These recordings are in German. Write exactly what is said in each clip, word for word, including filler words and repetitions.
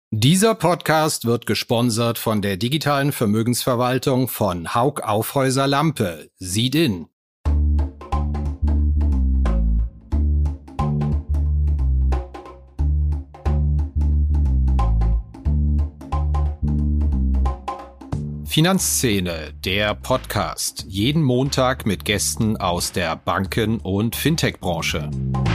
Dieser Podcast wird gesponsert von der digitalen Vermögensverwaltung von Hauck Aufhäuser Lampe. Sieht in. Finanzszene, der Podcast. Jeden Montag mit Gästen aus der Banken- und Fintech-Branche.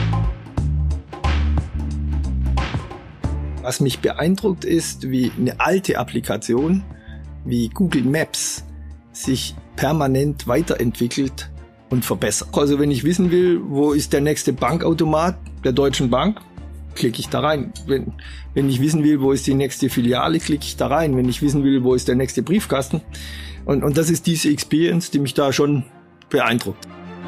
Was mich beeindruckt ist, wie eine alte Applikation wie Google Maps sich permanent weiterentwickelt und verbessert. Also wenn ich wissen will, wo ist der nächste Bankautomat der Deutschen Bank, klicke ich da rein. Wenn, wenn ich wissen will, wo ist die nächste Filiale, klicke ich da rein. Wenn ich wissen will, wo ist der nächste Briefkasten. Und, und das ist diese Experience, die mich da schon beeindruckt.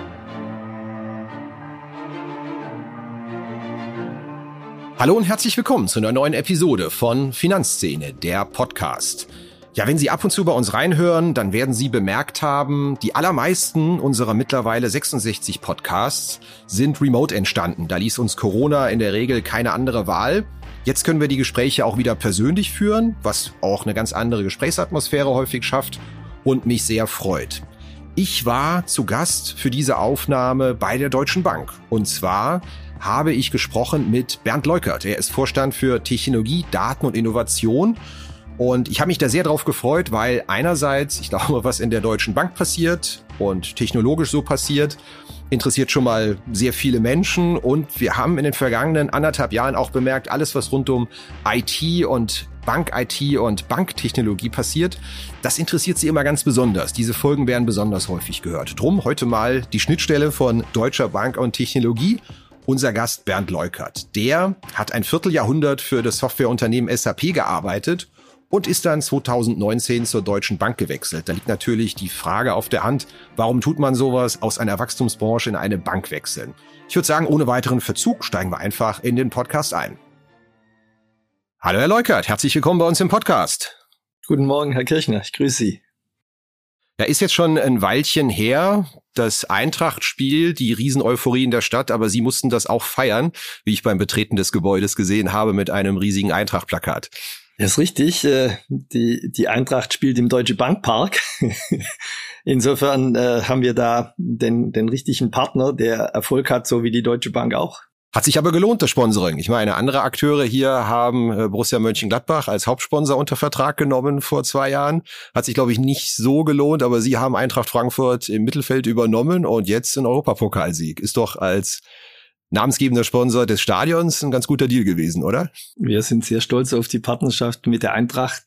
Hallo und herzlich willkommen zu einer neuen Episode von Finanzszene, der Podcast. Ja, wenn Sie ab und zu bei uns reinhören, dann werden Sie bemerkt haben, die allermeisten unserer mittlerweile sechsundsechzig Podcasts sind remote entstanden. Da ließ uns Corona in der Regel keine andere Wahl. Jetzt können wir die Gespräche auch wieder persönlich führen, was auch eine ganz andere Gesprächsatmosphäre häufig schafft und mich sehr freut. Ich war zu Gast für diese Aufnahme bei der Deutschen Bank. Und zwar habe ich gesprochen mit Bernd Leukert. Er ist Vorstand für Technologie, Daten und Innovation. Und ich habe mich da sehr drauf gefreut, weil einerseits, ich glaube, was in der Deutschen Bank passiert und technologisch so passiert, interessiert schon mal sehr viele Menschen. Und wir haben in den vergangenen anderthalb Jahren auch bemerkt, alles, was rund um I T und Bank-I T und Banktechnologie passiert, das interessiert Sie immer ganz besonders. Diese Folgen werden besonders häufig gehört. Drum heute mal die Schnittstelle von Deutscher Bank und Technologie. Unser Gast Bernd Leukert. Der hat ein Vierteljahrhundert für das Softwareunternehmen S A P gearbeitet und ist dann zweitausendneunzehn zur Deutschen Bank gewechselt. Da liegt natürlich die Frage auf der Hand, warum tut man sowas, aus einer Wachstumsbranche in eine Bank wechseln? Ich würde sagen, ohne weiteren Verzug steigen wir einfach in den Podcast ein. Hallo Herr Leukert, herzlich willkommen bei uns im Podcast. Guten Morgen, Herr Kirchner, ich grüße Sie. Ja, ist jetzt schon ein Weilchen her, das Eintracht-Spiel, die Rieseneuphorie in der Stadt, aber Sie mussten das auch feiern, wie ich beim Betreten des Gebäudes gesehen habe, mit einem riesigen Eintracht-Plakat. Das ist richtig. Die, die Eintracht spielt im Deutsche Bank Park. Insofern äh, haben wir da den, den richtigen Partner, der Erfolg hat, so wie die Deutsche Bank auch. Hat sich aber gelohnt, das Sponsoring. Ich meine, andere Akteure hier haben Borussia Mönchengladbach als Hauptsponsor unter Vertrag genommen vor zwei Jahren. Hat sich, glaube ich, nicht so gelohnt, aber Sie haben Eintracht Frankfurt im Mittelfeld übernommen und jetzt ein Europapokalsieg. Ist doch als namensgebender Sponsor des Stadions ein ganz guter Deal gewesen, oder? Wir sind sehr stolz auf die Partnerschaft mit der Eintracht.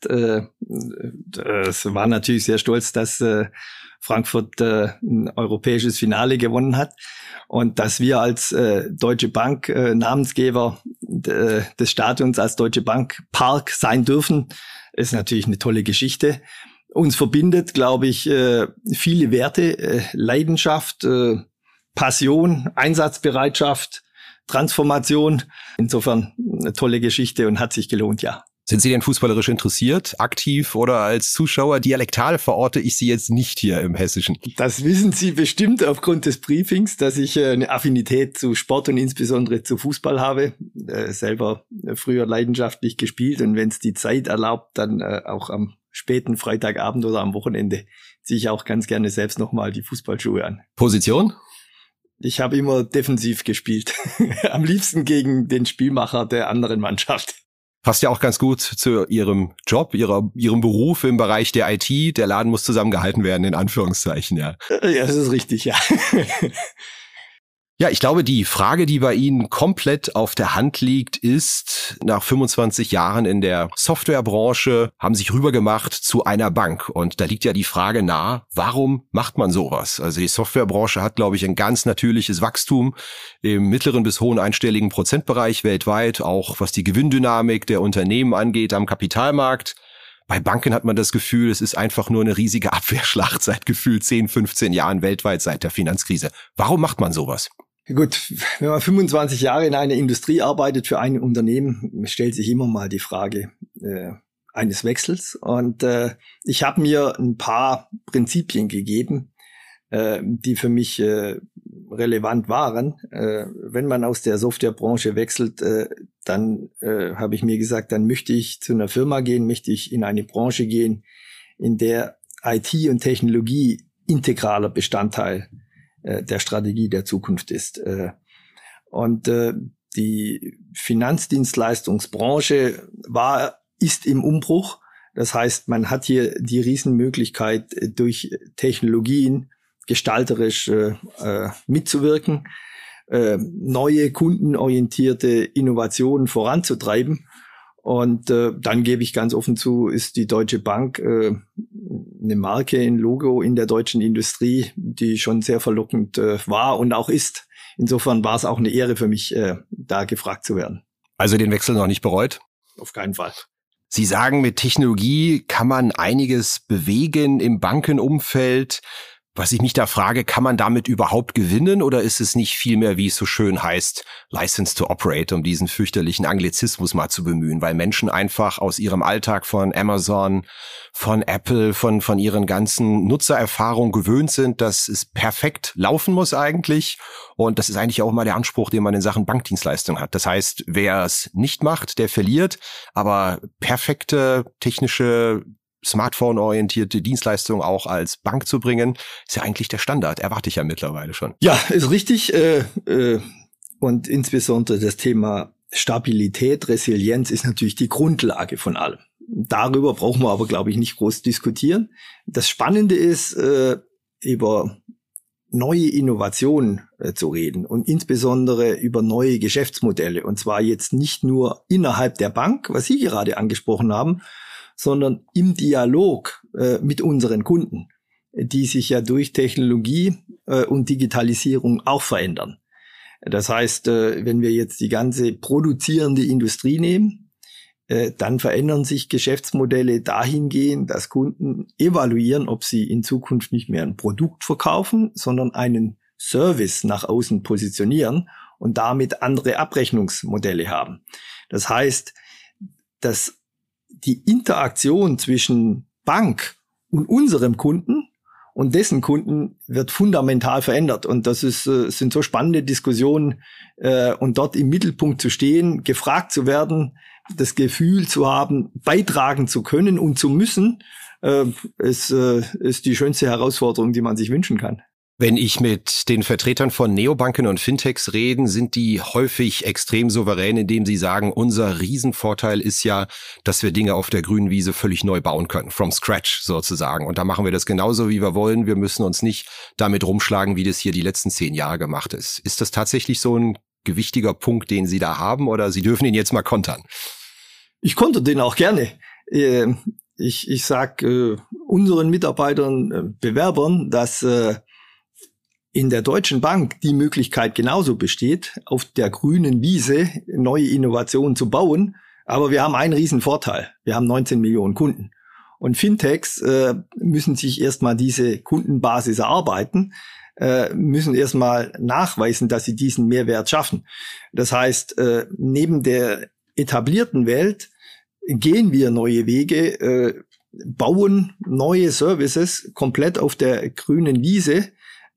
Es war natürlich sehr stolz, dass Frankfurt ein europäisches Finale gewonnen hat. Und dass wir als äh, Deutsche Bank äh, Namensgeber äh, des Stadions als Deutsche Bank Park sein dürfen, ist natürlich eine tolle Geschichte. Uns verbindet, glaube ich, äh, viele Werte, äh, Leidenschaft, äh, Passion, Einsatzbereitschaft, Transformation. Insofern eine tolle Geschichte und hat sich gelohnt, ja. Sind Sie denn fußballerisch interessiert, aktiv oder als Zuschauer? Dialektal verorte ich Sie jetzt nicht hier im Hessischen. Das wissen Sie bestimmt aufgrund des Briefings, dass ich eine Affinität zu Sport und insbesondere zu Fußball habe. Äh, selber früher leidenschaftlich gespielt und wenn es die Zeit erlaubt, dann äh, auch am späten Freitagabend oder am Wochenende ziehe ich auch ganz gerne selbst nochmal die Fußballschuhe an. Position? Ich habe immer defensiv gespielt. Am liebsten gegen den Spielmacher der anderen Mannschaft. Passt ja auch ganz gut zu Ihrem Job, ihrer, Ihrem Beruf im Bereich der I T. Der Laden muss zusammengehalten werden, in Anführungszeichen, ja. Ja, das ist richtig, ja. Ja, ich glaube, die Frage, die bei Ihnen komplett auf der Hand liegt, ist, nach fünfundzwanzig Jahren in der Softwarebranche haben Sie sich rübergemacht zu einer Bank. Und da liegt ja die Frage nahe, warum macht man sowas? Also die Softwarebranche hat, glaube ich, ein ganz natürliches Wachstum im mittleren bis hohen einstelligen Prozentbereich weltweit, auch was die Gewinndynamik der Unternehmen angeht am Kapitalmarkt. Bei Banken hat man das Gefühl, es ist einfach nur eine riesige Abwehrschlacht seit gefühlt zehn, fünfzehn Jahren weltweit seit der Finanzkrise. Warum macht man sowas? Gut, wenn man fünfundzwanzig Jahre in einer Industrie arbeitet für ein Unternehmen, stellt sich immer mal die Frage äh, eines Wechsels. Und äh, ich habe mir ein paar Prinzipien gegeben, äh, die für mich äh, relevant waren. Äh, wenn man aus der Softwarebranche wechselt, äh, dann äh, habe ich mir gesagt, dann möchte ich zu einer Firma gehen, möchte ich in eine Branche gehen, in der I T und Technologie integraler Bestandteil äh, der Strategie der Zukunft ist. Äh, und äh, die Finanzdienstleistungsbranche war, ist im Umbruch. Das heißt, man hat hier die Riesenmöglichkeit, durch Technologien gestalterisch äh, mitzuwirken, äh, neue kundenorientierte Innovationen voranzutreiben. Und äh, dann gebe ich ganz offen zu, ist die Deutsche Bank äh, eine Marke, ein Logo in der deutschen Industrie, die schon sehr verlockend äh, war und auch ist. Insofern war es auch eine Ehre für mich, äh, da gefragt zu werden. Also den Wechsel noch nicht bereut? Auf keinen Fall. Sie sagen, mit Technologie kann man einiges bewegen im Bankenumfeld. Was ich mich da frage, kann man damit überhaupt gewinnen oder ist es nicht vielmehr, wie es so schön heißt, License to Operate, um diesen fürchterlichen Anglizismus mal zu bemühen, weil Menschen einfach aus ihrem Alltag von Amazon, von Apple, von von ihren ganzen Nutzererfahrungen gewöhnt sind, dass es perfekt laufen muss eigentlich und das ist eigentlich auch mal der Anspruch, den man in Sachen Bankdienstleistung hat. Das heißt, wer es nicht macht, der verliert, aber perfekte technische Smartphone-orientierte Dienstleistungen auch als Bank zu bringen, ist ja eigentlich der Standard. Erwarte ich ja mittlerweile schon. Ja, ist richtig. Äh, äh, und insbesondere das Thema Stabilität, Resilienz ist natürlich die Grundlage von allem. Darüber brauchen wir aber, glaube ich, nicht groß diskutieren. Das Spannende ist, äh, über neue Innovationen äh, zu reden und insbesondere über neue Geschäftsmodelle. Und zwar jetzt nicht nur innerhalb der Bank, was Sie gerade angesprochen haben, sondern im Dialog äh, mit unseren Kunden, die sich ja durch Technologie äh, und Digitalisierung auch verändern. Das heißt, äh, wenn wir jetzt die ganze produzierende Industrie nehmen, äh, dann verändern sich Geschäftsmodelle dahingehend, dass Kunden evaluieren, ob sie in Zukunft nicht mehr ein Produkt verkaufen, sondern einen Service nach außen positionieren und damit andere Abrechnungsmodelle haben. Das heißt, dass die Interaktion zwischen Bank und unserem Kunden und dessen Kunden wird fundamental verändert. Und das ist, sind so spannende Diskussionen. Und dort im Mittelpunkt zu stehen, gefragt zu werden, das Gefühl zu haben, beitragen zu können und zu müssen, ist, ist die schönste Herausforderung, die man sich wünschen kann. Wenn ich mit den Vertretern von Neobanken und Fintechs reden, sind die häufig extrem souverän, indem sie sagen, unser Riesenvorteil ist ja, dass wir Dinge auf der grünen Wiese völlig neu bauen können, from scratch sozusagen. Und da machen wir das genauso, wie wir wollen. Wir müssen uns nicht damit rumschlagen, wie das hier die letzten zehn Jahre gemacht ist. Ist das tatsächlich so ein gewichtiger Punkt, den Sie da haben, oder Sie dürfen ihn jetzt mal kontern? Ich konter den auch gerne. Ich, ich sag unseren Mitarbeitern, Bewerbern, dass in der Deutschen Bank die Möglichkeit genauso besteht, auf der grünen Wiese neue Innovationen zu bauen. Aber wir haben einen riesen Vorteil. Wir haben neunzehn Millionen Kunden. Und Fintechs äh, müssen sich erstmal diese Kundenbasis erarbeiten, äh, müssen erstmal nachweisen, dass sie diesen Mehrwert schaffen. Das heißt, äh, neben der etablierten Welt gehen wir neue Wege, äh, bauen neue Services komplett auf der grünen Wiese.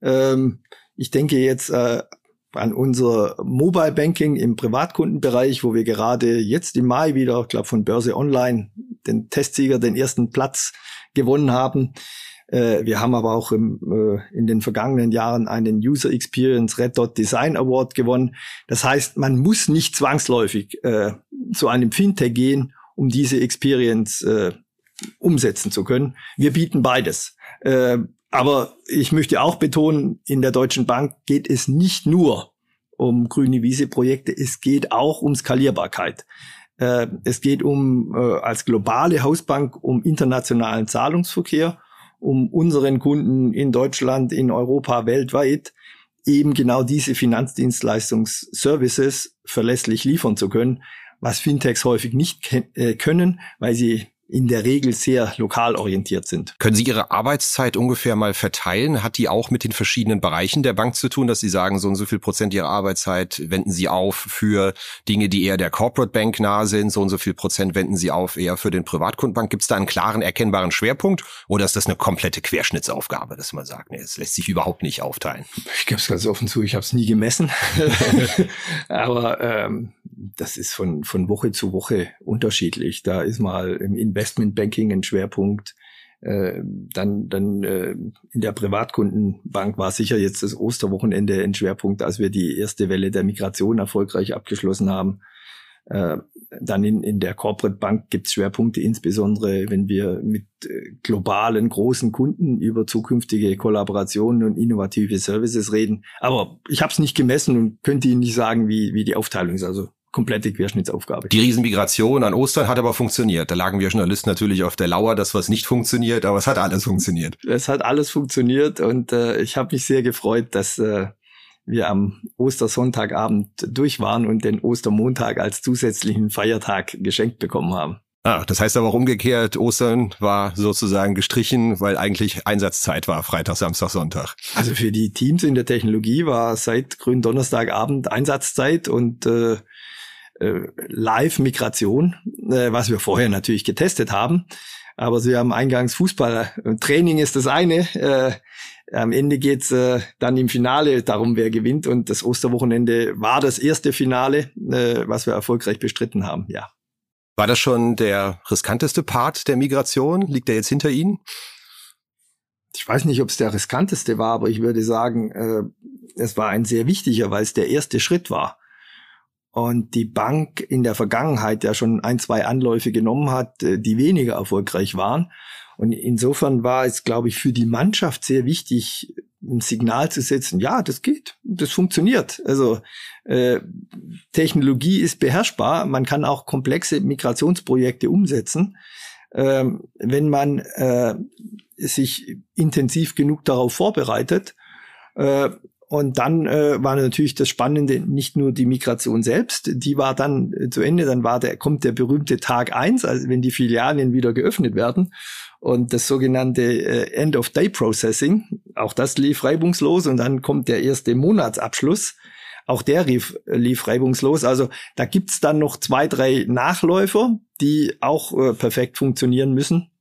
Ich denke jetzt äh, an unser Mobile Banking im Privatkundenbereich, wo wir gerade jetzt im Mai wieder, ich glaube von Börse Online, den Testsieger, den ersten Platz gewonnen haben. Äh, wir haben aber auch im, äh, in den vergangenen Jahren einen User Experience Red Dot Design Award gewonnen. Das heißt, man muss nicht zwangsläufig äh, zu einem Fintech gehen, um diese Experience äh, umsetzen zu können. Wir bieten beides. Äh, Aber ich möchte auch betonen, in der Deutschen Bank geht es nicht nur um grüne Wiese-Projekte, es geht auch um Skalierbarkeit. Äh, es geht um äh, als globale Hausbank um internationalen Zahlungsverkehr, um unseren Kunden in Deutschland, in Europa, weltweit eben genau diese Finanzdienstleistungsservices verlässlich liefern zu können, was Fintechs häufig nicht ke- äh, können, weil sie in der Regel sehr lokal orientiert sind. Können Sie Ihre Arbeitszeit ungefähr mal verteilen? Hat die auch mit den verschiedenen Bereichen der Bank zu tun, dass Sie sagen, so und so viel Prozent Ihrer Arbeitszeit wenden Sie auf für Dinge, die eher der Corporate Bank nahe sind, so und so viel Prozent wenden Sie auf eher für den Privatkundenbank? Gibt es da einen klaren, erkennbaren Schwerpunkt oder ist das eine komplette Querschnittsaufgabe, dass man sagt, nee, es lässt sich überhaupt nicht aufteilen? Ich gebe es ganz offen zu, ich habe es nie gemessen, aber ähm, das ist von von Woche zu Woche unterschiedlich. Da ist mal im Investmentbanking ein Schwerpunkt. Äh, dann dann äh, in der Privatkundenbank war sicher jetzt das Osterwochenende ein Schwerpunkt, als wir die erste Welle der Migration erfolgreich abgeschlossen haben. Äh, dann in, in der Corporate Bank gibt es Schwerpunkte, insbesondere wenn wir mit äh, globalen großen Kunden über zukünftige Kollaborationen und innovative Services reden. Aber ich habe es nicht gemessen und könnte Ihnen nicht sagen, wie, wie die Aufteilung ist. Also komplette Querschnittsaufgabe. Die Riesenmigration an Ostern hat aber funktioniert. Da lagen wir Journalisten natürlich auf der Lauer, dass was nicht funktioniert, aber es hat alles funktioniert. Es hat alles funktioniert und äh, ich habe mich sehr gefreut, dass äh, wir am Ostersonntagabend durch waren und den Ostermontag als zusätzlichen Feiertag geschenkt bekommen haben. Ah, das heißt aber auch umgekehrt, Ostern war sozusagen gestrichen, weil eigentlich Einsatzzeit war, Freitag, Samstag, Sonntag. Also für die Teams in der Technologie war seit Gründonnerstagabend Einsatzzeit und äh, Live-Migration, äh, was wir vorher natürlich getestet haben. Aber Sie haben eingangs Fußball. Training ist das eine. Äh, am Ende geht's äh, dann im Finale darum, wer gewinnt. Und das Osterwochenende war das erste Finale, äh, was wir erfolgreich bestritten haben, ja. War das schon der riskanteste Part der Migration? Liegt der jetzt hinter Ihnen? Ich weiß nicht, ob es der riskanteste war, aber ich würde sagen, äh, es war ein sehr wichtiger, weil es der erste Schritt war. Und die Bank in der Vergangenheit ja schon ein, zwei Anläufe genommen hat, die weniger erfolgreich waren. Und insofern war es, glaube ich, für die Mannschaft sehr wichtig, ein Signal zu setzen, ja, das geht, das funktioniert. Also äh, Technologie ist beherrschbar, man kann auch komplexe Migrationsprojekte umsetzen, äh, wenn man äh, sich intensiv genug darauf vorbereitet. Äh, Und dann äh, war natürlich das Spannende nicht nur die Migration selbst, die war dann äh, zu Ende, dann war der kommt der berühmte Tag eins, also wenn die Filialen wieder geöffnet werden und das sogenannte äh, End-of-Day-Processing, auch das lief reibungslos und dann kommt der erste Monatsabschluss, auch der lief, lief reibungslos. Also da gibt's dann noch zwei, drei Nachläufer, die auch äh, perfekt funktionieren müssen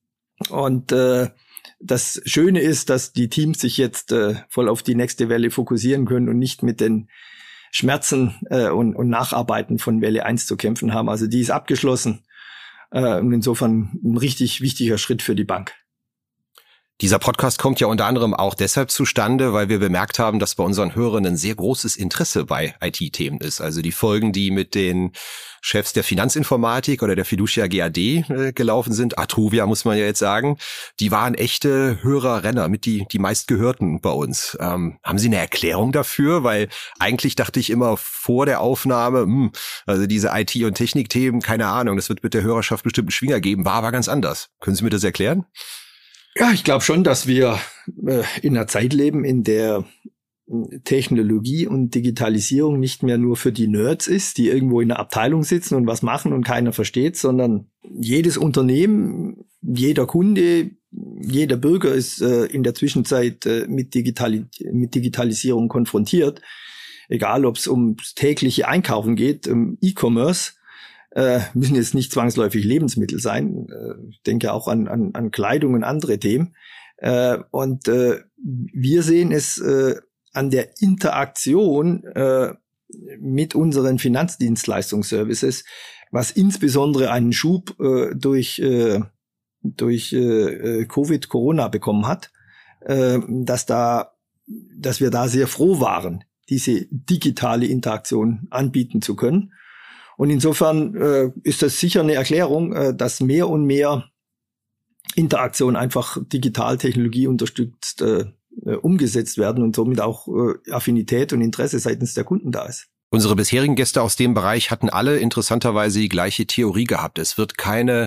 und äh, das Schöne ist, dass die Teams sich jetzt äh, voll auf die nächste Welle fokussieren können und nicht mit den Schmerzen äh, und, und Nacharbeiten von Welle eins zu kämpfen haben. Also die ist abgeschlossen äh, und insofern ein richtig wichtiger Schritt für die Bank. Dieser Podcast kommt ja unter anderem auch deshalb zustande, weil wir bemerkt haben, dass bei unseren Hörern ein sehr großes Interesse bei I T-Themen ist. Also die Folgen, die mit den Chefs der Finanzinformatik oder der Fiducia G A D äh, gelaufen sind, Atruvia muss man ja jetzt sagen, die waren echte Hörerrenner, mit die die meistgehörten bei uns. Ähm, haben Sie eine Erklärung dafür? Weil eigentlich dachte ich immer vor der Aufnahme, mh, also diese I T- und Technikthemen, keine Ahnung, das wird mit der Hörerschaft bestimmt einen Schwinger geben, war aber ganz anders. Können Sie mir das erklären? Ja, ich glaube schon, dass wir äh, in einer Zeit leben, in der Technologie und Digitalisierung nicht mehr nur für die Nerds ist, die irgendwo in einer Abteilung sitzen und was machen und keiner versteht, sondern jedes Unternehmen, jeder Kunde, jeder Bürger ist äh, in der Zwischenzeit äh, mit, Digitali- mit Digitalisierung konfrontiert. Egal, ob es ums tägliche Einkaufen geht, um E-Commerce, Äh, müssen jetzt nicht zwangsläufig Lebensmittel sein. Äh, ich denke auch an, an, an Kleidung und andere Themen. Äh, und äh, wir sehen es äh, an der Interaktion äh, mit unseren Finanzdienstleistungsservices, was insbesondere einen Schub äh, durch, äh, durch äh, Covid, Corona bekommen hat, äh, dass da, dass wir da sehr froh waren, diese digitale Interaktion anbieten zu können. Und insofern äh, ist das sicher eine Erklärung, äh, dass mehr und mehr Interaktion einfach digital Technologie unterstützt äh, umgesetzt werden und somit auch äh, Affinität und Interesse seitens der Kunden da ist. Unsere bisherigen Gäste aus dem Bereich hatten alle interessanterweise die gleiche Theorie gehabt. Es wird keine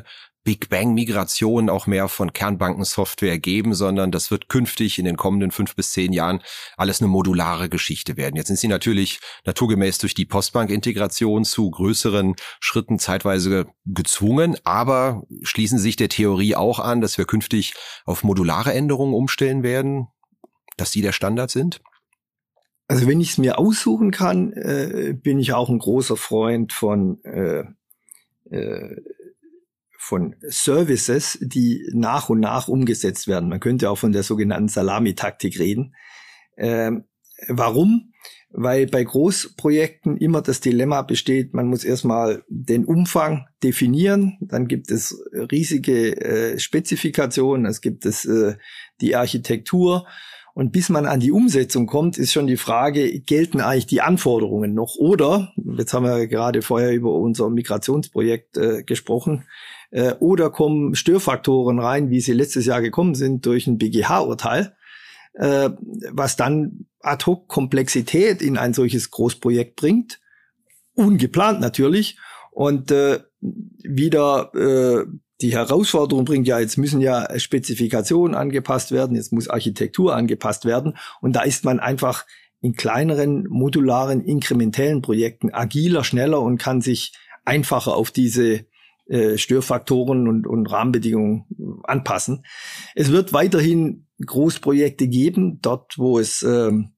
Big Bang Migration auch mehr von Kernbankensoftware geben, sondern das wird künftig in den kommenden fünf bis zehn Jahren alles eine modulare Geschichte werden. Jetzt sind Sie natürlich naturgemäß durch die Postbank-Integration zu größeren Schritten zeitweise gezwungen, aber schließen sich der Theorie auch an, dass wir künftig auf modulare Änderungen umstellen werden, dass die der Standard sind? Also wenn ich es mir aussuchen kann, äh, bin ich auch ein großer Freund von äh, äh, von Services, die nach und nach umgesetzt werden. Man könnte auch von der sogenannten Salamitaktik reden. Ähm, warum? Weil bei Großprojekten immer das Dilemma besteht, man muss erstmal den Umfang definieren, dann gibt es riesige äh, Spezifikationen, es gibt es äh, die Architektur. Und bis man an die Umsetzung kommt, ist schon die Frage, gelten eigentlich die Anforderungen noch? Oder, jetzt haben wir gerade vorher über unser Migrationsprojekt äh, gesprochen, äh, oder kommen Störfaktoren rein, wie sie letztes Jahr gekommen sind durch ein B G H-Urteil, äh, was dann ad hoc Komplexität in ein solches Großprojekt bringt, ungeplant natürlich, und äh, wieder äh, die Herausforderung bringt, ja, jetzt müssen ja Spezifikationen angepasst werden, jetzt muss Architektur angepasst werden. Und da ist man einfach in kleineren, modularen, inkrementellen Projekten agiler, schneller und kann sich einfacher auf diese äh, Störfaktoren und, und Rahmenbedingungen anpassen. Es wird weiterhin Großprojekte geben, dort, wo es ähm,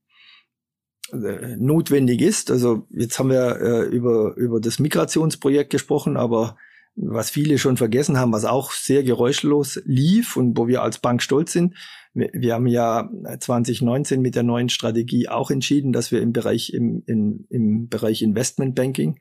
äh, notwendig ist. Also jetzt haben wir äh, über, über das Migrationsprojekt gesprochen, aber was viele schon vergessen haben, was auch sehr geräuschlos lief und wo wir als Bank stolz sind. Wir, wir haben ja zwanzig neunzehn mit der neuen Strategie auch entschieden, dass wir im Bereich im, im, im Bereich Investmentbanking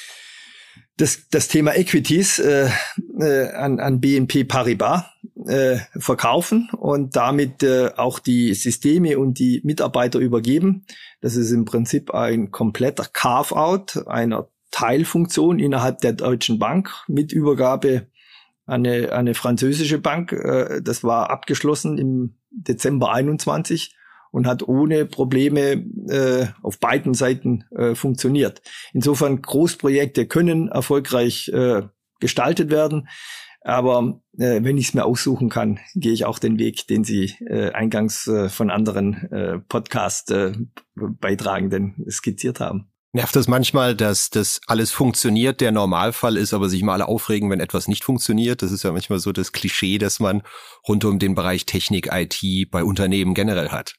das, das Thema Equities äh, äh, an, an B N P Paribas äh, verkaufen und damit äh, auch die Systeme und die Mitarbeiter übergeben. Das ist im Prinzip ein kompletter Carve-out einer Teilfunktion innerhalb der Deutschen Bank mit Übergabe an eine, eine französische Bank. Das war abgeschlossen im Dezember einundzwanzig und hat ohne Probleme äh, auf beiden Seiten äh, funktioniert. Insofern Großprojekte können erfolgreich äh, gestaltet werden, aber äh, wenn ich es mir aussuchen kann, gehe ich auch den Weg, den Sie äh, eingangs äh, von anderen äh, Podcast-Beitragenden äh, skizziert haben. Nervt es manchmal, dass das alles funktioniert, der Normalfall ist, aber sich mal alle aufregen, wenn etwas nicht funktioniert? Das ist ja manchmal so das Klischee, das man rund um den Bereich Technik, I T bei Unternehmen generell hat.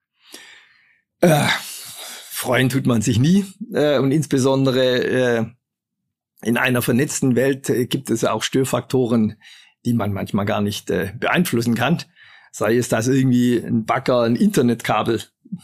Äh, freuen tut man sich nie. Äh, und insbesondere äh, in einer vernetzten Welt äh, gibt es auch Störfaktoren, die man manchmal gar nicht äh, beeinflussen kann. Sei es, dass irgendwie ein Bagger ein Internetkabel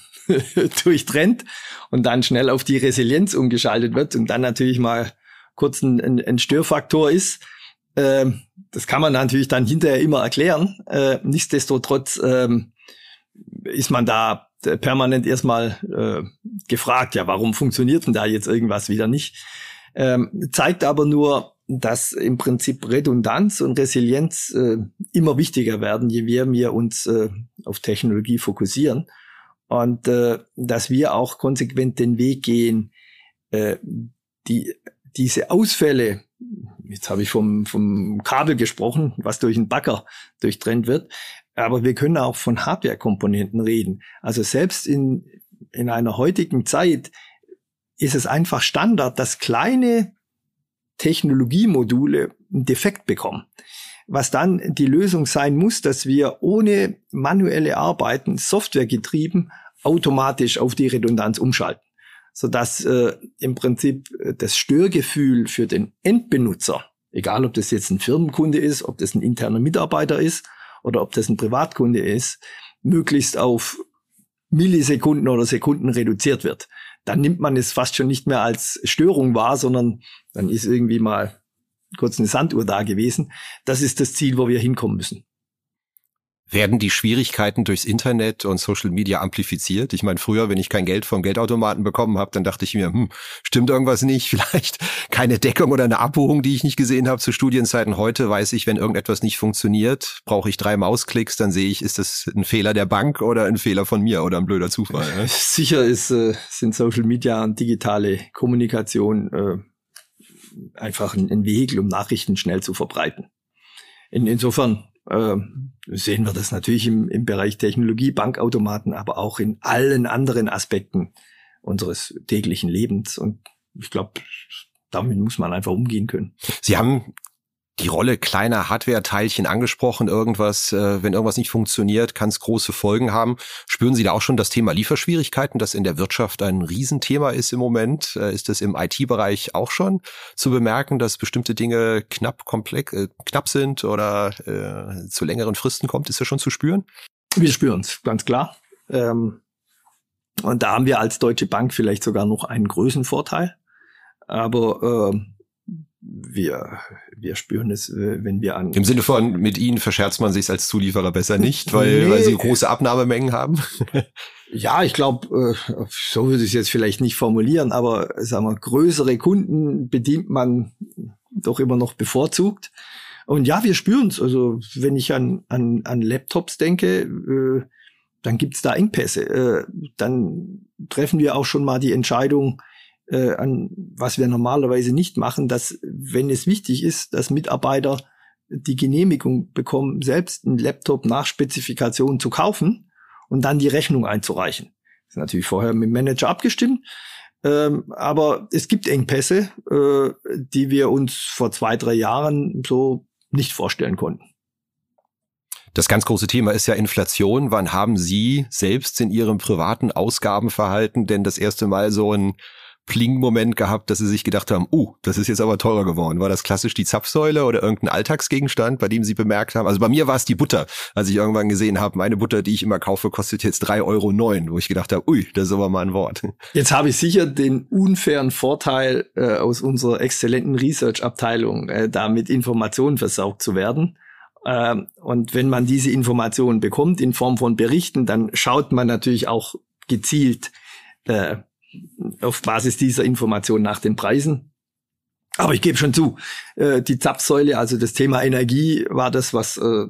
durchtrennt und dann schnell auf die Resilienz umgeschaltet wird und dann natürlich mal kurz ein, ein, ein Störfaktor ist. Ähm, das kann man natürlich dann hinterher immer erklären. Äh, nichtsdestotrotz ähm, ist man da permanent erstmal äh, gefragt, ja, warum funktioniert denn da jetzt irgendwas wieder nicht? Ähm, zeigt aber nur, dass im Prinzip Redundanz und Resilienz äh, immer wichtiger werden, je mehr wir uns äh, auf Technologie fokussieren. Und äh, dass wir auch konsequent den Weg gehen, äh, die diese Ausfälle, jetzt habe ich vom vom Kabel gesprochen, was durch einen Bagger durchtrennt wird, aber wir können auch von Hardware-Komponenten reden. Also selbst in in einer heutigen Zeit ist es einfach Standard, dass kleine Technologiemodule einen Defekt bekommen. Was dann die Lösung sein muss, dass wir ohne manuelle Arbeiten, softwaregetrieben, automatisch auf die Redundanz umschalten, sodass äh, im Prinzip das Störgefühl für den Endbenutzer, egal ob das jetzt ein Firmenkunde ist, ob das ein interner Mitarbeiter ist oder ob das ein Privatkunde ist, möglichst auf Millisekunden oder Sekunden reduziert wird. Dann nimmt man es fast schon nicht mehr als Störung wahr, sondern dann ist irgendwie mal kurz eine Sanduhr da gewesen. Das ist das Ziel, wo wir hinkommen müssen. Werden die Schwierigkeiten durchs Internet und Social Media amplifiziert? Ich meine, früher, wenn ich kein Geld vom Geldautomaten bekommen habe, dann dachte ich mir, hm, stimmt irgendwas nicht? Vielleicht keine Deckung oder eine Abbuchung, die ich nicht gesehen habe zu Studienzeiten. Heute weiß ich, wenn irgendetwas nicht funktioniert, brauche ich drei Mausklicks, dann sehe ich, ist das ein Fehler der Bank oder ein Fehler von mir oder ein blöder Zufall. Ne? Sicher ist, äh, sind Social Media und digitale Kommunikation äh, einfach ein, ein Vehikel, um Nachrichten schnell zu verbreiten. in, insofern äh, sehen wir das natürlich im, im Bereich Technologie, Bankautomaten, aber auch in allen anderen Aspekten unseres täglichen Lebens. Und ich glaube, damit muss man einfach umgehen können. Sie haben die Rolle kleiner Hardware-Teilchen angesprochen, irgendwas, äh, wenn irgendwas nicht funktioniert, kann es große Folgen haben. Spüren Sie da auch schon das Thema Lieferschwierigkeiten, das in der Wirtschaft ein Riesenthema ist im Moment? Äh, ist das im I T-Bereich auch schon zu bemerken, dass bestimmte Dinge knapp komplex, äh, knapp sind oder äh, zu längeren Fristen kommt? Ist das schon zu spüren? Wir spüren es, ganz klar. Ähm, und da haben wir als Deutsche Bank vielleicht sogar noch einen Größenvorteil. Aber äh, Wir, wir spüren es, wenn wir an... Im Sinne von, mit Ihnen verscherzt man sich als Zulieferer besser nicht, weil, nee. weil Sie große Abnahmemengen haben? Ja, ich glaube, so würde ich es jetzt vielleicht nicht formulieren, aber sagen wir, größere Kunden bedient man doch immer noch bevorzugt. Und ja, wir spüren es. Also wenn ich an, an, an Laptops denke, dann gibt's da Engpässe. Dann treffen wir auch schon mal die Entscheidung, Äh, an was wir normalerweise nicht machen, dass, wenn es wichtig ist, dass Mitarbeiter die Genehmigung bekommen, selbst einen Laptop nach Spezifikation zu kaufen und dann die Rechnung einzureichen. Das ist natürlich vorher mit dem Manager abgestimmt, ähm, aber es gibt Engpässe, äh, die wir uns vor zwei, drei Jahren so nicht vorstellen konnten. Das ganz große Thema ist ja Inflation. Wann haben Sie selbst in Ihrem privaten Ausgabenverhalten denn das erste Mal so ein Pling-Moment gehabt, dass Sie sich gedacht haben, uh, das ist jetzt aber teurer geworden. War das klassisch die Zapfsäule oder irgendein Alltagsgegenstand, bei dem Sie bemerkt haben? Also bei mir war es die Butter, als ich irgendwann gesehen habe, meine Butter, die ich immer kaufe, kostet jetzt drei Euro neun, wo ich gedacht habe, ui, das ist aber mal ein Wort. Jetzt habe ich sicher den unfairen Vorteil äh, aus unserer exzellenten Research-Abteilung, äh, da mit Informationen versorgt zu werden. Ähm, und wenn man diese Informationen bekommt in Form von Berichten, dann schaut man natürlich auch gezielt äh, auf Basis dieser Information nach den Preisen. Aber ich gebe schon zu, äh, die Zapfsäule, also das Thema Energie, war das, was äh,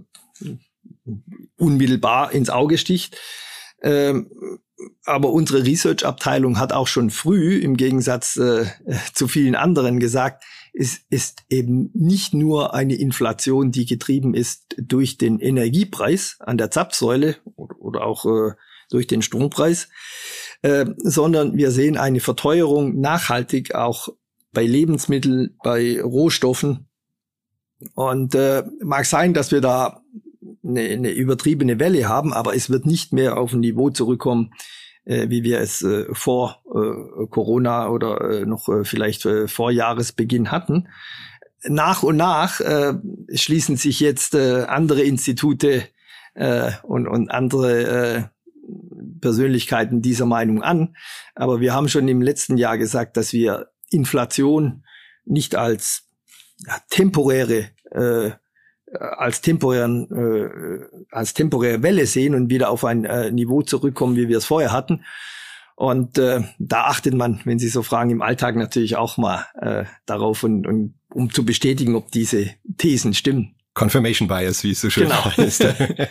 unmittelbar ins Auge sticht. Ähm, aber unsere Research-Abteilung hat auch schon früh, im Gegensatz äh, zu vielen anderen, gesagt, es ist eben nicht nur eine Inflation, die getrieben ist durch den Energiepreis an der Zapfsäule oder, oder auch äh, durch den Strompreis, Äh, sondern wir sehen eine Verteuerung nachhaltig auch bei Lebensmitteln, bei Rohstoffen. Und äh, mag sein, dass wir da eine, eine übertriebene Welle haben, aber es wird nicht mehr auf ein Niveau zurückkommen, äh, wie wir es äh, vor äh, Corona oder äh, noch äh, vielleicht äh, vor Jahresbeginn hatten. Nach und nach äh, schließen sich jetzt äh, andere Institute äh, und, und andere äh, Persönlichkeiten dieser Meinung an. Aber wir haben schon im letzten Jahr gesagt, dass wir Inflation nicht als ja, temporäre äh, als temporären äh, als temporäre Welle sehen und wieder auf ein äh, Niveau zurückkommen, wie wir es vorher hatten. Und äh, da achtet man, wenn Sie so fragen, im Alltag natürlich auch mal äh, darauf, und, und um zu bestätigen, ob diese Thesen stimmen. Confirmation Bias, wie es so schön genau. heißt.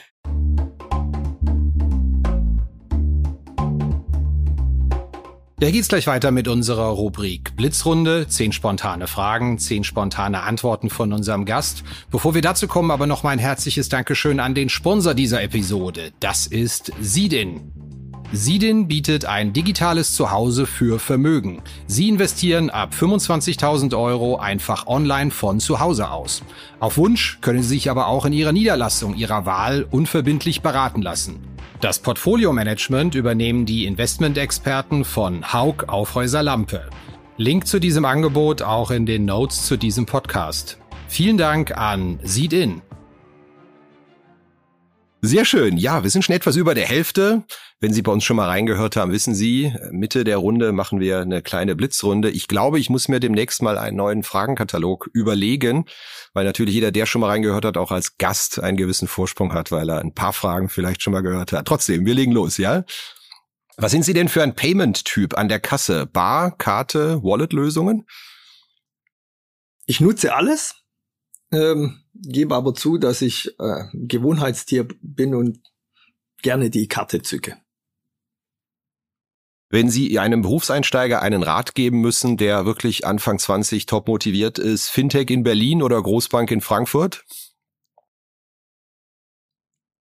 Da geht's gleich weiter mit unserer Rubrik Blitzrunde. Zehn spontane Fragen, zehn spontane Antworten von unserem Gast. Bevor wir dazu kommen, aber noch mal ein herzliches Dankeschön an den Sponsor dieser Episode. Das ist Sidin. Sidin bietet ein digitales Zuhause für Vermögen. Sie investieren ab fünfundzwanzigtausend Euro einfach online von zu Hause aus. Auf Wunsch können Sie sich aber auch in Ihrer Niederlassung Ihrer Wahl unverbindlich beraten lassen. Das Portfolio-Management übernehmen die Investmentexperten von Hauck Aufhäuser Lampe. Link zu diesem Angebot auch in den Notes zu diesem Podcast. Vielen Dank an Sidin. Sehr schön. Ja, wir sind schon etwas über der Hälfte. Wenn Sie bei uns schon mal reingehört haben, wissen Sie, Mitte der Runde machen wir eine kleine Blitzrunde. Ich glaube, ich muss mir demnächst mal einen neuen Fragenkatalog überlegen, weil natürlich jeder, der schon mal reingehört hat, auch als Gast einen gewissen Vorsprung hat, weil er ein paar Fragen vielleicht schon mal gehört hat. Trotzdem, wir legen los, ja? Was sind Sie denn für ein Payment-Typ an der Kasse? Bar, Karte, Wallet-Lösungen? Ich nutze alles. Ähm, gebe aber zu, dass ich äh, Gewohnheitstier bin und gerne die Karte zücke. Wenn Sie einem Berufseinsteiger einen Rat geben müssen, der wirklich Anfang zwanzig top motiviert ist, Fintech in Berlin oder Großbank in Frankfurt?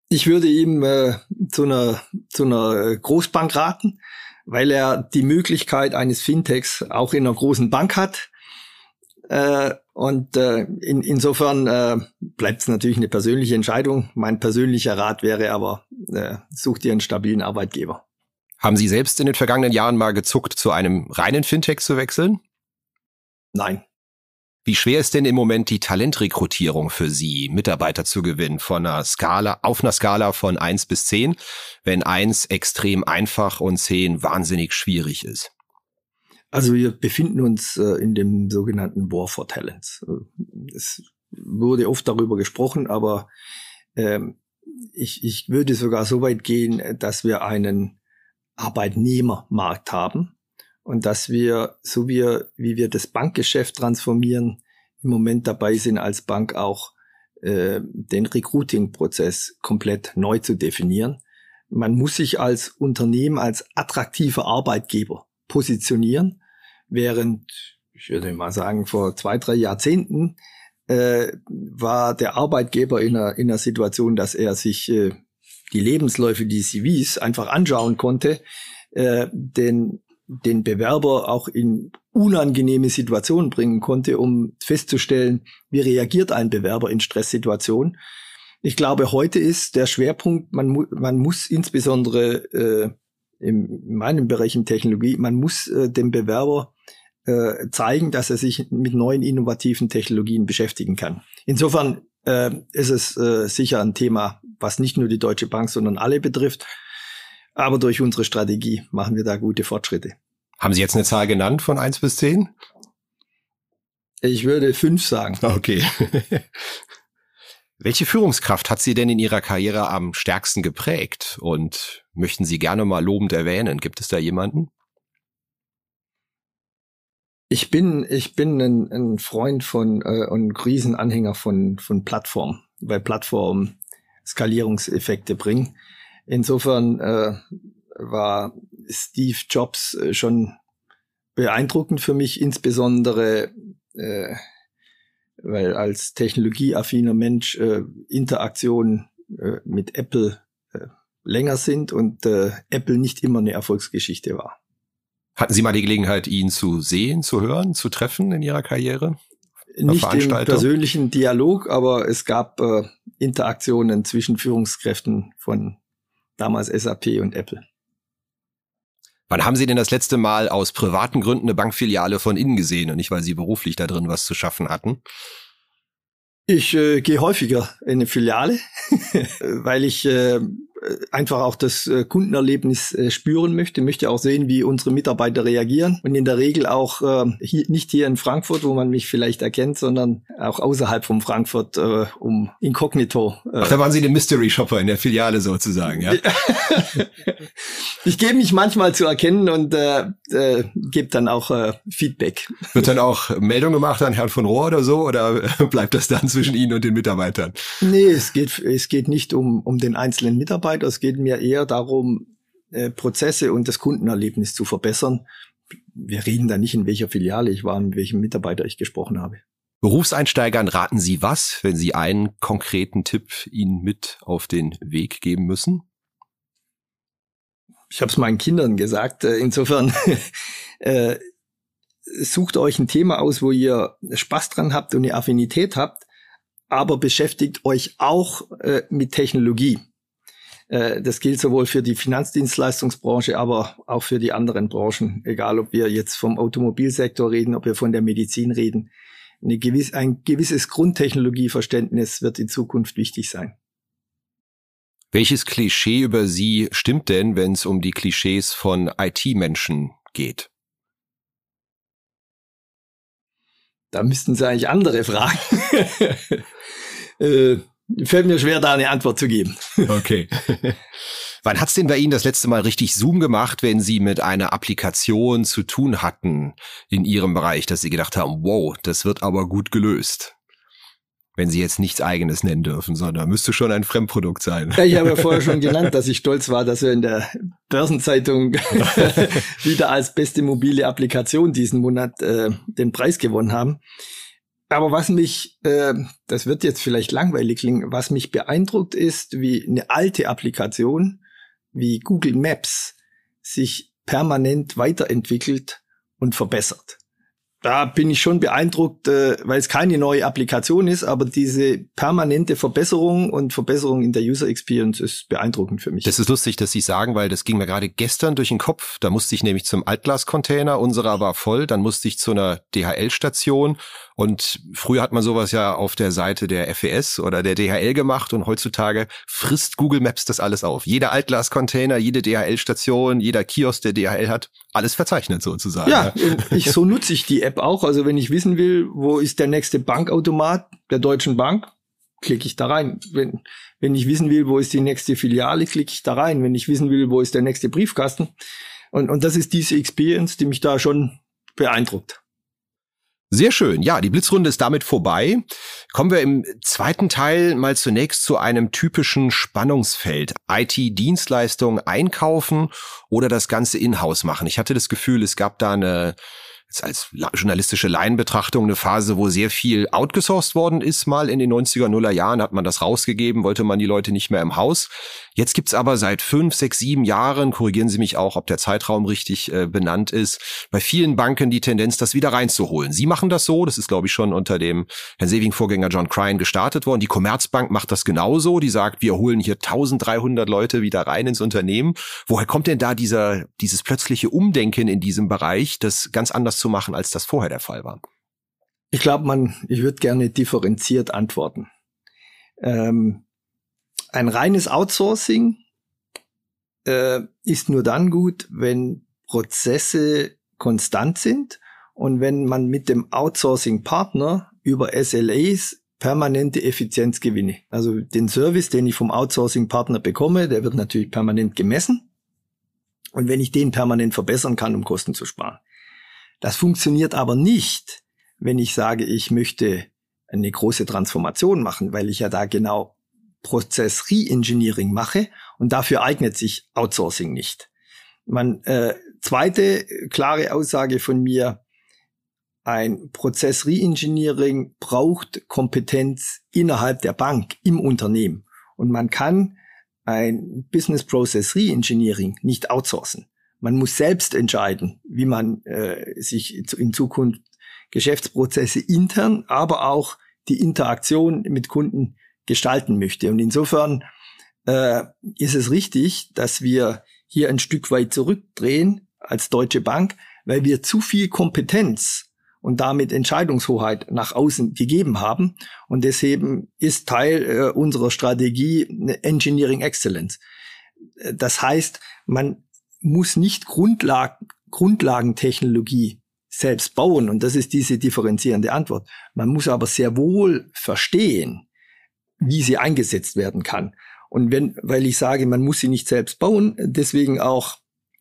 Ich würde ihm äh, zu einer zu einer Großbank raten, weil er die Möglichkeit eines Fintechs auch in einer großen Bank hat. Äh, und äh, in, insofern äh, bleibt es natürlich eine persönliche Entscheidung. Mein persönlicher Rat wäre aber, äh, such dir einen stabilen Arbeitgeber. Haben Sie selbst in den vergangenen Jahren mal gezuckt, zu einem reinen Fintech zu wechseln? Nein. Wie schwer ist denn im Moment die Talentrekrutierung für Sie, Mitarbeiter zu gewinnen, von einer Skala, auf einer Skala von eins bis zehn, wenn eins extrem einfach und zehn wahnsinnig schwierig ist? Also wir befinden uns äh, in dem sogenannten War for Talents. Es wurde oft darüber gesprochen, aber ähm, ich, ich würde sogar so weit gehen, dass wir einen Arbeitnehmermarkt haben. Und dass wir, so wie wir, wie wir das Bankgeschäft transformieren, im Moment dabei sind, als Bank auch äh, den Recruiting-Prozess komplett neu zu definieren. Man muss sich als Unternehmen, als attraktiver Arbeitgeber positionieren, während, ich würde mal sagen, vor zwei, drei Jahrzehnten äh, war der Arbeitgeber in einer, in einer Situation, dass er sich äh, die Lebensläufe, die C Vs einfach anschauen konnte, äh, den den Bewerber auch in unangenehme Situationen bringen konnte, um festzustellen, wie reagiert ein Bewerber in Stresssituationen. Ich glaube, heute ist der Schwerpunkt, man, mu- man muss insbesondere äh, im, in meinem Bereich in Technologie, man muss äh, dem Bewerber äh, zeigen, dass er sich mit neuen innovativen Technologien beschäftigen kann. Insofern äh, ist es äh, sicher ein Thema, was nicht nur die Deutsche Bank, sondern alle betrifft. Aber durch unsere Strategie machen wir da gute Fortschritte. Haben Sie jetzt eine Zahl genannt von eins bis zehn? Ich würde fünf sagen. Okay. Welche Führungskraft hat Sie denn in Ihrer Karriere am stärksten geprägt? Und möchten Sie gerne mal lobend erwähnen? Gibt es da jemanden? Ich bin, ich bin ein, ein Freund von äh, und ein Riesenanhänger von, von Plattformen, weil Plattformen Skalierungseffekte bringen. Insofern äh, war Steve Jobs äh, schon beeindruckend für mich, insbesondere äh, weil als technologieaffiner Mensch äh, Interaktionen äh, mit Apple äh, länger sind und äh, Apple nicht immer eine Erfolgsgeschichte war. Hatten Sie mal die Gelegenheit, ihn zu sehen, zu hören, zu treffen in Ihrer Karriere? Nicht im persönlichen Dialog, aber es gab äh, Interaktionen zwischen Führungskräften von damals S A P und Apple. Wann haben Sie denn das letzte Mal aus privaten Gründen eine Bankfiliale von innen gesehen und nicht, weil Sie beruflich da drin was zu schaffen hatten? Ich äh, gehe häufiger in eine Filiale, weil ich äh, einfach auch das äh, Kundenerlebnis äh, spüren möchte, möchte auch sehen, wie unsere Mitarbeiter reagieren und in der Regel auch äh, hier, nicht hier in Frankfurt, wo man mich vielleicht erkennt, sondern auch außerhalb von Frankfurt, äh, um inkognito. Äh, Ach, da waren Sie der Mystery Shopper in der Filiale sozusagen, ja? Ich gebe mich manchmal zu erkennen und äh, äh, gebe dann auch äh, Feedback. Wird dann auch Meldung gemacht an Herrn von Rohr oder so, oder bleibt das dann zwischen Ihnen und den Mitarbeitern? Nee, es geht es geht nicht um um den einzelnen Mitarbeiter, es geht mir eher darum, äh, Prozesse und das Kundenerlebnis zu verbessern. Wir reden da nicht, in welcher Filiale ich war, mit welchem Mitarbeiter ich gesprochen habe. Berufseinsteigern raten Sie was, wenn Sie einen konkreten Tipp ihnen mit auf den Weg geben müssen? Ich habe es meinen Kindern gesagt. Insofern äh, sucht euch ein Thema aus, wo ihr Spaß dran habt und eine Affinität habt, aber beschäftigt euch auch äh, mit Technologie. Äh, das gilt sowohl für die Finanzdienstleistungsbranche, aber auch für die anderen Branchen. Egal, ob wir jetzt vom Automobilsektor reden, ob wir von der Medizin reden. Eine gewiss, ein gewisses Grundtechnologieverständnis wird in Zukunft wichtig sein. Welches Klischee über Sie stimmt denn, wenn es um die Klischees von I T-Menschen geht? Da müssten Sie eigentlich andere fragen. äh, fällt mir schwer, da eine Antwort zu geben. Okay. Wann hat's denn bei Ihnen das letzte Mal richtig Zoom gemacht, wenn Sie mit einer Applikation zu tun hatten in Ihrem Bereich, dass Sie gedacht haben, wow, das wird aber gut gelöst? Wenn Sie jetzt nichts Eigenes nennen dürfen, sondern müsste schon ein Fremdprodukt sein. Ja, ich habe ja vorher schon genannt, dass ich stolz war, dass wir in der Börsenzeitung wieder als beste mobile Applikation diesen Monat äh, den Preis gewonnen haben. aber was mich, äh, das wird jetzt vielleicht langweilig klingen, was mich beeindruckt ist, wie eine alte Applikation wie Google Maps sich permanent weiterentwickelt und verbessert. Da bin ich schon beeindruckt, äh, weil es keine neue Applikation ist, aber diese permanente Verbesserung und Verbesserung in der User Experience ist beeindruckend für mich. Das ist lustig, dass Sie sagen, weil das ging mir gerade gestern durch den Kopf. Da musste ich nämlich zum Altglascontainer, unserer war voll, dann musste ich zu einer D H L-Station und früher hat man sowas ja auf der Seite der F E S oder der D H L gemacht und heutzutage frisst Google Maps das alles auf. Jeder Altglascontainer, jede D H L-Station, jeder Kiosk, der D H L hat, alles verzeichnet sozusagen. Ja, ich, so nutze ich die App auch. Also wenn ich wissen will, wo ist der nächste Bankautomat der Deutschen Bank, klicke ich da rein. Wenn, wenn ich wissen will, wo ist die nächste Filiale, klicke ich da rein. Wenn ich wissen will, wo ist der nächste Briefkasten. Und, und das ist diese Experience, die mich da schon beeindruckt. Sehr schön. Ja, die Blitzrunde ist damit vorbei. Kommen wir im zweiten Teil mal zunächst zu einem typischen Spannungsfeld. I T-Dienstleistungen einkaufen oder das Ganze in-house machen. Ich hatte das Gefühl, es gab da eine, jetzt als journalistische Laienbetrachtung, eine Phase, wo sehr viel outgesourced worden ist. Mal in den neunziger, Nuller Jahren hat man das rausgegeben, wollte man die Leute nicht mehr im Haus. Jetzt gibt's aber seit fünf, sechs, sieben Jahren, korrigieren Sie mich auch, ob der Zeitraum richtig äh, benannt ist, bei vielen Banken die Tendenz, das wieder reinzuholen. Sie machen das so, das ist, glaube ich, schon unter dem Herrn Sewing-Vorgänger John Crine gestartet worden. Die Commerzbank macht das genauso, die sagt, wir holen hier dreizehnhundert Leute wieder rein ins Unternehmen. Woher kommt denn da dieser dieses plötzliche Umdenken in diesem Bereich, das ganz anders zu machen, als das vorher der Fall war? Ich glaube, man, ich würde gerne differenziert antworten. Ähm, Ein reines Outsourcing äh, ist nur dann gut, wenn Prozesse konstant sind und wenn man mit dem Outsourcing-Partner über S L As permanente Effizienzgewinne, also den Service, den ich vom Outsourcing-Partner bekomme, der wird natürlich permanent gemessen und wenn ich den permanent verbessern kann, um Kosten zu sparen. Das funktioniert aber nicht, wenn ich sage, ich möchte eine große Transformation machen, weil ich ja da genau Prozess Re-Engineering mache und dafür eignet sich Outsourcing nicht. Man, äh, zweite klare Aussage von mir, ein Prozess Re-Engineering braucht Kompetenz innerhalb der Bank, im Unternehmen. Und man kann ein Business Process Re-Engineering nicht outsourcen. Man muss selbst entscheiden, wie man äh, sich in Zukunft Geschäftsprozesse intern, aber auch die Interaktion mit Kunden gestalten möchte. Und insofern äh, ist es richtig, dass wir hier ein Stück weit zurückdrehen als Deutsche Bank, weil wir zu viel Kompetenz und damit Entscheidungshoheit nach außen gegeben haben. Und deswegen ist Teil äh, unserer Strategie eine Engineering Excellence. Das heißt, man muss nicht Grundlagen, Grundlagentechnologie selbst bauen. Und das ist diese differenzierende Antwort. Man muss aber sehr wohl verstehen, wie sie eingesetzt werden kann. Und wenn, weil ich sage, man muss sie nicht selbst bauen, deswegen auch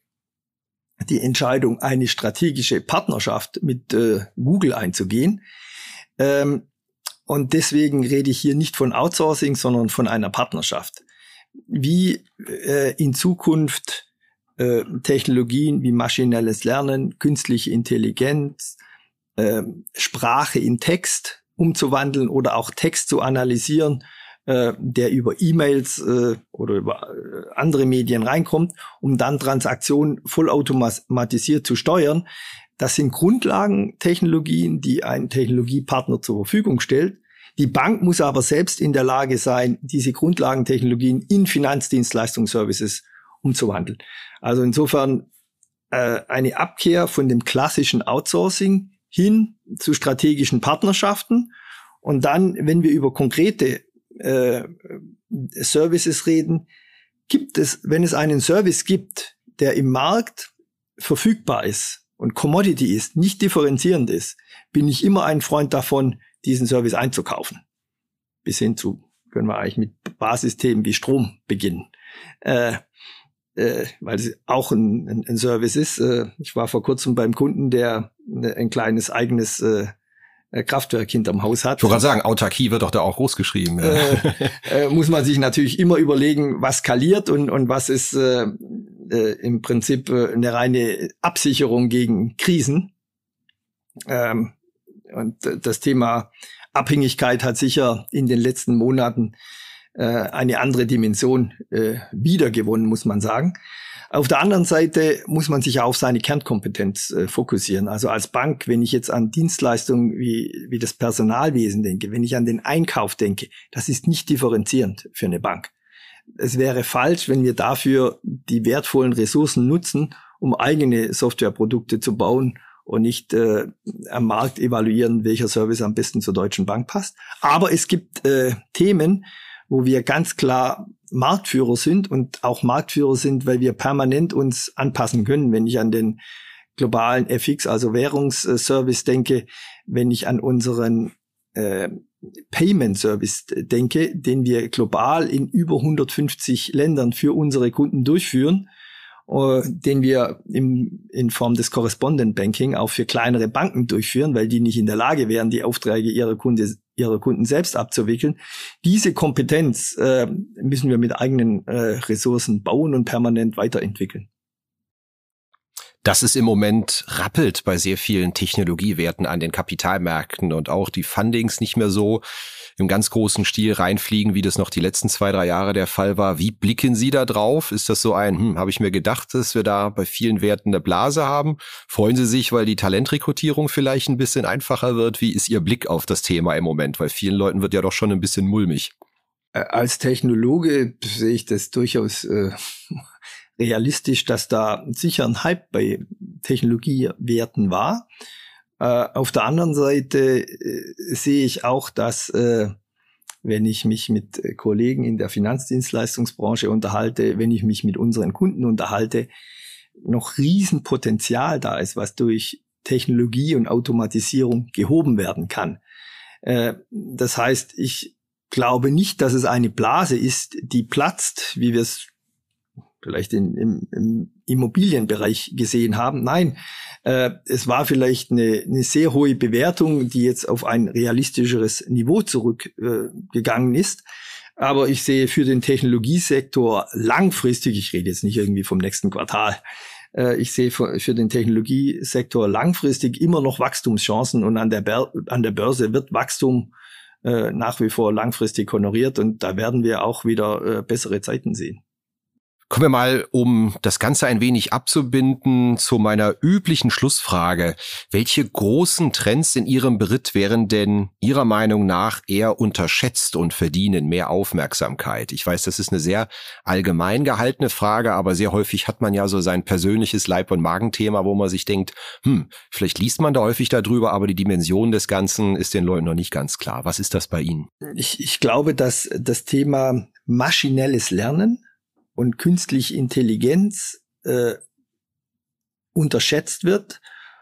die Entscheidung, eine strategische Partnerschaft mit äh, Google einzugehen. Ähm, und deswegen rede ich hier nicht von Outsourcing, sondern von einer Partnerschaft. Wie äh, in Zukunft äh, Technologien wie maschinelles Lernen, künstliche Intelligenz, äh, Sprache in Text umzuwandeln oder auch Text zu analysieren, äh, der über E-Mails äh, oder über äh, andere Medien reinkommt, um dann Transaktionen vollautomatisiert zu steuern. Das sind Grundlagentechnologien, die ein Technologiepartner zur Verfügung stellt. Die Bank muss aber selbst in der Lage sein, diese Grundlagentechnologien in Finanzdienstleistungsservices umzuwandeln. Also insofern äh, eine Abkehr von dem klassischen Outsourcing hin zu strategischen Partnerschaften. Und dann, wenn wir über konkrete äh, Services reden, gibt es, wenn es einen Service gibt, der im Markt verfügbar ist und Commodity ist, nicht differenzierend ist, bin ich immer ein Freund davon, diesen Service einzukaufen. Bis hin zu, können wir eigentlich mit Basisthemen wie Strom beginnen. Äh, Äh, weil es auch ein, ein, ein Service ist. Äh, ich war vor kurzem beim Kunden, der ne, ein kleines eigenes äh, Kraftwerk hinterm Haus hat. Ich wollte gerade sagen, Autarkie wird doch da auch groß geschrieben. Ja. Äh, äh, muss man sich natürlich immer überlegen, was skaliert und, und was ist äh, äh, im Prinzip äh, eine reine Absicherung gegen Krisen. Ähm, Und das Thema Abhängigkeit hat sicher in den letzten Monaten äh, eine andere Dimension äh, wiedergewonnen, muss man sagen. Auf der anderen Seite muss man sich auf seine Kernkompetenz äh, fokussieren. Also als Bank, wenn ich jetzt an Dienstleistungen wie, wie das Personalwesen denke, wenn ich an den Einkauf denke, das ist nicht differenzierend für eine Bank. Es wäre falsch, wenn wir dafür die wertvollen Ressourcen nutzen, um eigene Softwareprodukte zu bauen und nicht äh, am Markt evaluieren, welcher Service am besten zur Deutschen Bank passt. Aber es gibt äh, Themen, wo wir ganz klar Marktführer sind und auch Marktführer sind, weil wir permanent uns anpassen können. Wenn ich an den globalen F X, also Währungsservice denke, wenn ich an unseren äh, Payment Service denke, den wir global in über hundertfünfzig Ländern für unsere Kunden durchführen, uh, den wir im, in Form des Correspondent Banking auch für kleinere Banken durchführen, weil die nicht in der Lage wären, die Aufträge ihrer, Kunde, ihrer Kunden selbst abzuwickeln. Diese Kompetenz äh, müssen wir mit eigenen äh, Ressourcen bauen und permanent weiterentwickeln. Dass es im Moment rappelt bei sehr vielen Technologiewerten an den Kapitalmärkten und auch die Fundings nicht mehr so im ganz großen Stil reinfliegen, wie das noch die letzten zwei, drei Jahre der Fall war. Wie blicken Sie da drauf? Ist das so ein, hm, habe ich mir gedacht, dass wir da bei vielen Werten eine Blase haben? Freuen Sie sich, weil die Talentrekrutierung vielleicht ein bisschen einfacher wird? Wie ist Ihr Blick auf das Thema im Moment? Weil vielen Leuten wird ja doch schon ein bisschen mulmig. Als Technologe sehe ich das durchaus äh, realistisch, dass da sicher ein Hype bei Technologiewerten war. Äh, auf der anderen Seite äh, sehe ich auch, dass, äh, wenn ich mich mit Kollegen in der Finanzdienstleistungsbranche unterhalte, wenn ich mich mit unseren Kunden unterhalte, noch Riesenpotenzial da ist, was durch Technologie und Automatisierung gehoben werden kann. Äh, das heißt, ich glaube nicht, dass es eine Blase ist, die platzt, wie wir es vielleicht in, im, im Immobilienbereich gesehen haben. Nein, äh, es war vielleicht eine, eine sehr hohe Bewertung, die jetzt auf ein realistischeres Niveau zurückgegangen äh, ist. Aber ich sehe für den Technologiesektor langfristig, ich rede jetzt nicht irgendwie vom nächsten Quartal, äh, ich sehe für, für den Technologiesektor langfristig immer noch Wachstumschancen und an der, Ber- an der Börse wird Wachstum äh, nach wie vor langfristig honoriert und da werden wir auch wieder äh, bessere Zeiten sehen. Kommen wir mal, um das Ganze ein wenig abzubinden, zu meiner üblichen Schlussfrage. Welche großen Trends in Ihrem Beritt wären denn Ihrer Meinung nach eher unterschätzt und verdienen mehr Aufmerksamkeit? Ich weiß, das ist eine sehr allgemein gehaltene Frage, aber sehr häufig hat man ja so sein persönliches Leib- und Magenthema, wo man sich denkt, hm, vielleicht liest man da häufig darüber, aber die Dimension des Ganzen ist den Leuten noch nicht ganz klar. Was ist das bei Ihnen? Ich, ich glaube, dass das Thema maschinelles Lernen und künstliche Intelligenz äh, unterschätzt wird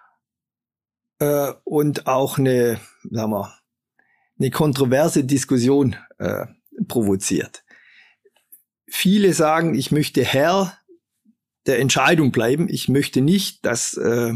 äh, und auch eine, sagen wir, eine kontroverse Diskussion äh, provoziert. Viele sagen, ich möchte Herr der Entscheidung bleiben. Ich möchte nicht, dass äh,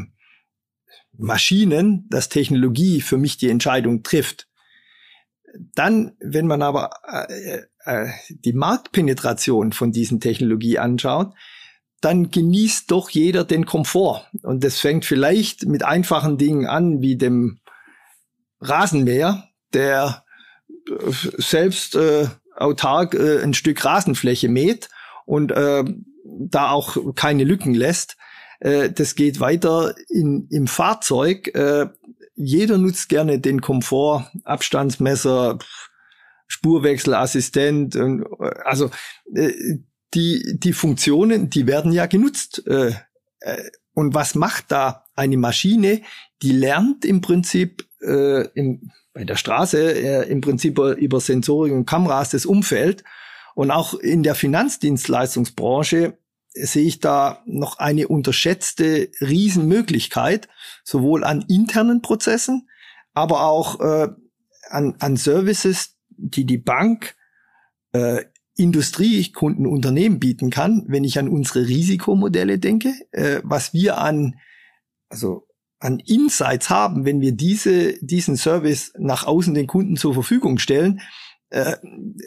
Maschinen, dass Technologie für mich die Entscheidung trifft. Dann, wenn man aber äh, äh, die Marktpenetration von diesen Technologie anschaut, dann genießt doch jeder den Komfort. Und das fängt vielleicht mit einfachen Dingen an, wie dem Rasenmäher, der äh, selbst äh, autark äh, ein Stück Rasenfläche mäht und äh, da auch keine Lücken lässt. Äh, das geht weiter in, im Fahrzeug. Äh, Jeder nutzt gerne den Komfort, Abstandsmesser, Spurwechselassistent. Und, also äh, die die Funktionen, die werden ja genutzt. Äh, äh, und was macht da eine Maschine? Die lernt im Prinzip äh, im, bei der Straße äh, im Prinzip über Sensorik und Kameras das Umfeld. Und auch in der Finanzdienstleistungsbranche sehe ich da noch eine unterschätzte Riesenmöglichkeit, sowohl an internen Prozessen, aber auch äh, an, an Services, die die Bank äh, Industriekunden, Unternehmen bieten kann. Wenn ich an unsere Risikomodelle denke, äh, was wir an, also an Insights haben, wenn wir diese diesen Service nach außen den Kunden zur Verfügung stellen, äh,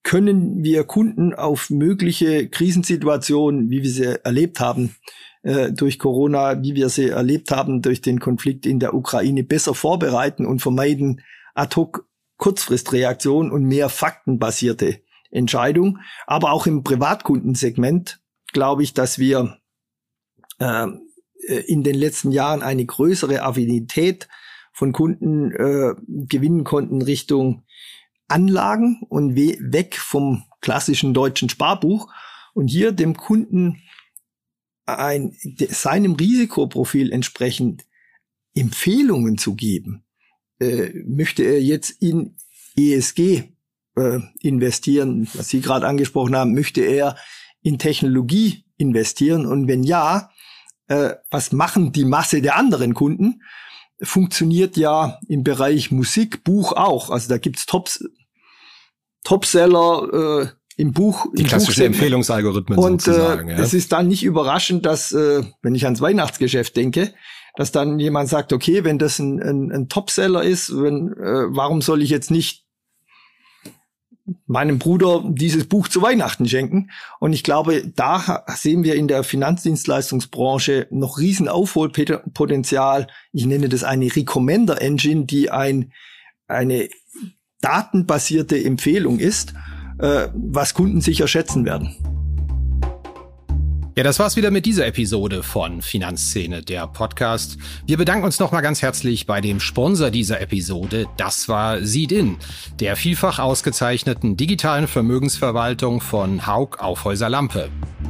können wir Kunden auf mögliche Krisensituationen, wie wir sie erlebt haben, äh, durch Corona, wie wir sie erlebt haben durch den Konflikt in der Ukraine, besser vorbereiten und vermeiden Ad-hoc-Kurzfristreaktionen und mehr faktenbasierte Entscheidungen. Aber auch im Privatkundensegment glaube ich, dass wir äh, in den letzten Jahren eine größere Affinität von Kunden äh, gewinnen konnten Richtung Anlagen und we- weg vom klassischen deutschen Sparbuch und hier dem Kunden ein, de, seinem Risikoprofil entsprechend Empfehlungen zu geben. Äh, möchte er jetzt in E S G äh, investieren, was Sie gerade angesprochen haben, möchte er in Technologie investieren und wenn ja, äh, was machen die Masse der anderen Kunden? Funktioniert ja im Bereich Musik, Buch auch. Also da gibt's Tops, Topseller äh, im Buch. Die klassischen Empfehlungsalgorithmen und, sozusagen. Und äh, es ist dann nicht überraschend, dass, äh, wenn ich ans Weihnachtsgeschäft denke, dass dann jemand sagt, okay, wenn das ein, ein, ein Topseller ist, wenn, äh, warum soll ich jetzt nicht meinem Bruder dieses Buch zu Weihnachten schenken? Und ich glaube, da sehen wir in der Finanzdienstleistungsbranche noch riesen Aufholpotenzial. Ich nenne das eine Recommender Engine, die ein, eine datenbasierte Empfehlung ist, äh, was Kunden sicher schätzen werden. Ja, das war's wieder mit dieser Episode von Finanzszene, der Podcast. Wir bedanken uns nochmal ganz herzlich bei dem Sponsor dieser Episode. Das war Seedin, der vielfach ausgezeichneten digitalen Vermögensverwaltung von Hauck Aufhäuser Lampe.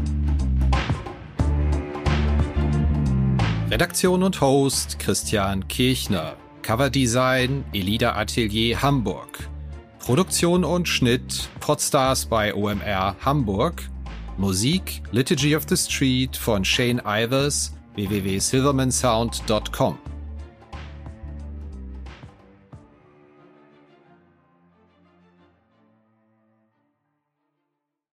Redaktion und Host Christian Kirchner. Coverdesign Elida Atelier Hamburg. Produktion und Schnitt Podstars bei O M R Hamburg. Musik Liturgy of the Street von Shane Ivers, w w w punkt silvermansound punkt com.